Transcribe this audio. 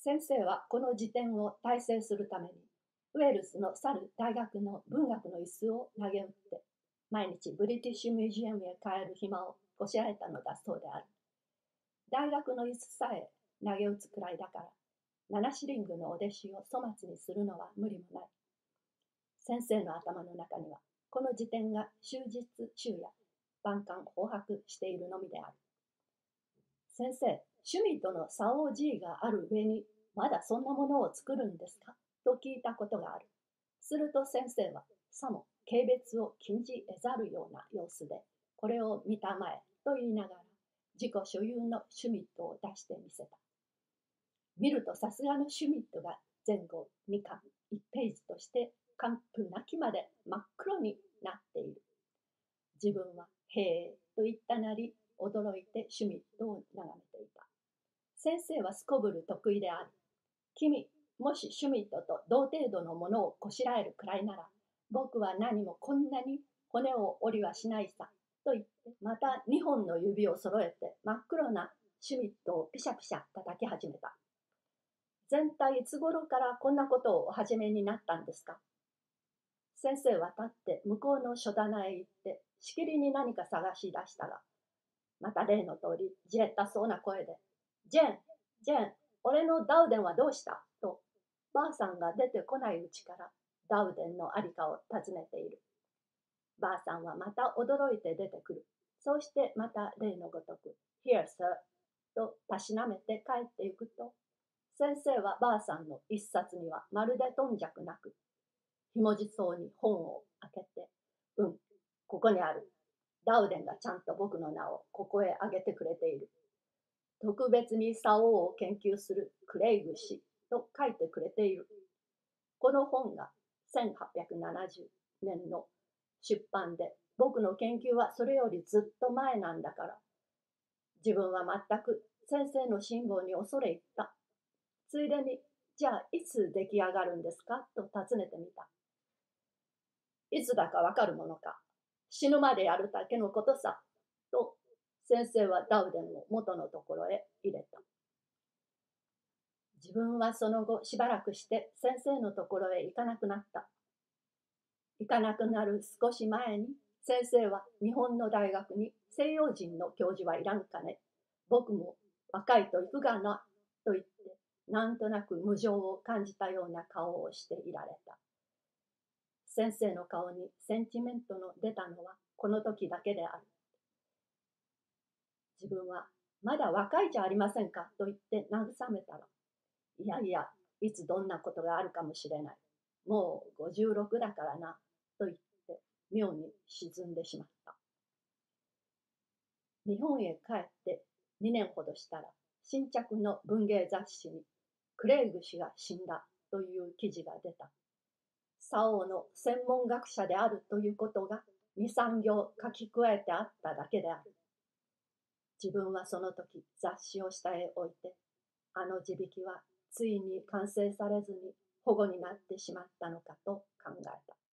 先生はこの辞典を大成するために、ウェールズの去る大学の文学の椅子を投げ打って、毎日ブリティッシュミュージアムへ帰る暇をこしらえたのだそうである。大学の椅子さえ投げ打つくらいだから、7シリングのお弟子を粗末にするのは無理もない。先生の頭の中には、この辞典が終日昼夜、晩間放白しているのみである。先生、シュミットのサオー G がある上に、まだそんなものを作るんですかと聞いたことがある。すると先生は、さも軽蔑を禁じ得ざるような様子で、これを見たまえと言いながら、自己所有のシュミットを出してみせた。見るとさすがのシュミットが前後2巻1ページとして完膚なきまで真っ黒になっている。自分はへえと言ったなり驚いてシュミットを眺めていた。先生はすこぶる得意である。君、もしシュミットと同程度のものをこしらえるくらいなら、僕は何もこんなに骨を折りはしないさ、と言って、また2本の指を揃えて真っ黒なシュミットをピシャピシャ叩き始めた。全体いつ頃からこんなことをお始めになったんですか？先生は立って向こうの書棚へ行って、しきりに何か探し出したが、また例の通り、じれったそうな声で、ジェーン、ジェーン、俺のダウデンはどうしたと、ばあさんが出てこないうちからダウデンのありかを尋ねている。ばあさんはまた驚いて出てくる。そうしてまた例のごとく、Here, sir とたしなめて帰っていくと、先生はばあさんの一冊にはまるで頓着なく、ひもじそうに本を開けて、ここにある。ダウデンがちゃんと僕の名をここへ挙げてくれている。特別にサオを研究するクレイグ氏と書いてくれている。この本が1870年の出版で、僕の研究はそれよりずっと前なんだから。自分は全く先生の辛抱に恐れ入った。ついでに、じゃあいつ出来上がるんですかと尋ねてみた。いつだかわかるものか。死ぬまでやるだけのことさ。と先生はダウデンを元のところへ入れた。自分はその後しばらくして先生のところへ行かなくなった。行かなくなる少し前に先生は日本の大学に西洋人の教授はいらんかね。僕も若いと行くがなと言ってなんとなく無情を感じたような顔をしていられた。先生の顔にセンチメントの出たのはこの時だけである。自分はまだ若いじゃありませんかと言って慰めたら、いやいや、いつどんなことがあるかもしれない。もう56だからな、と言って妙に沈んでしまった。日本へ帰って2年ほどしたら、新着の文芸雑誌にクレイグ氏が死んだという記事が出た。サオの専門学者であるということが2、3行書き加えてあっただけである。自分はその時雑誌を下へ置いて、あの地引きはついに完成されずに保護になってしまったのかと考えた。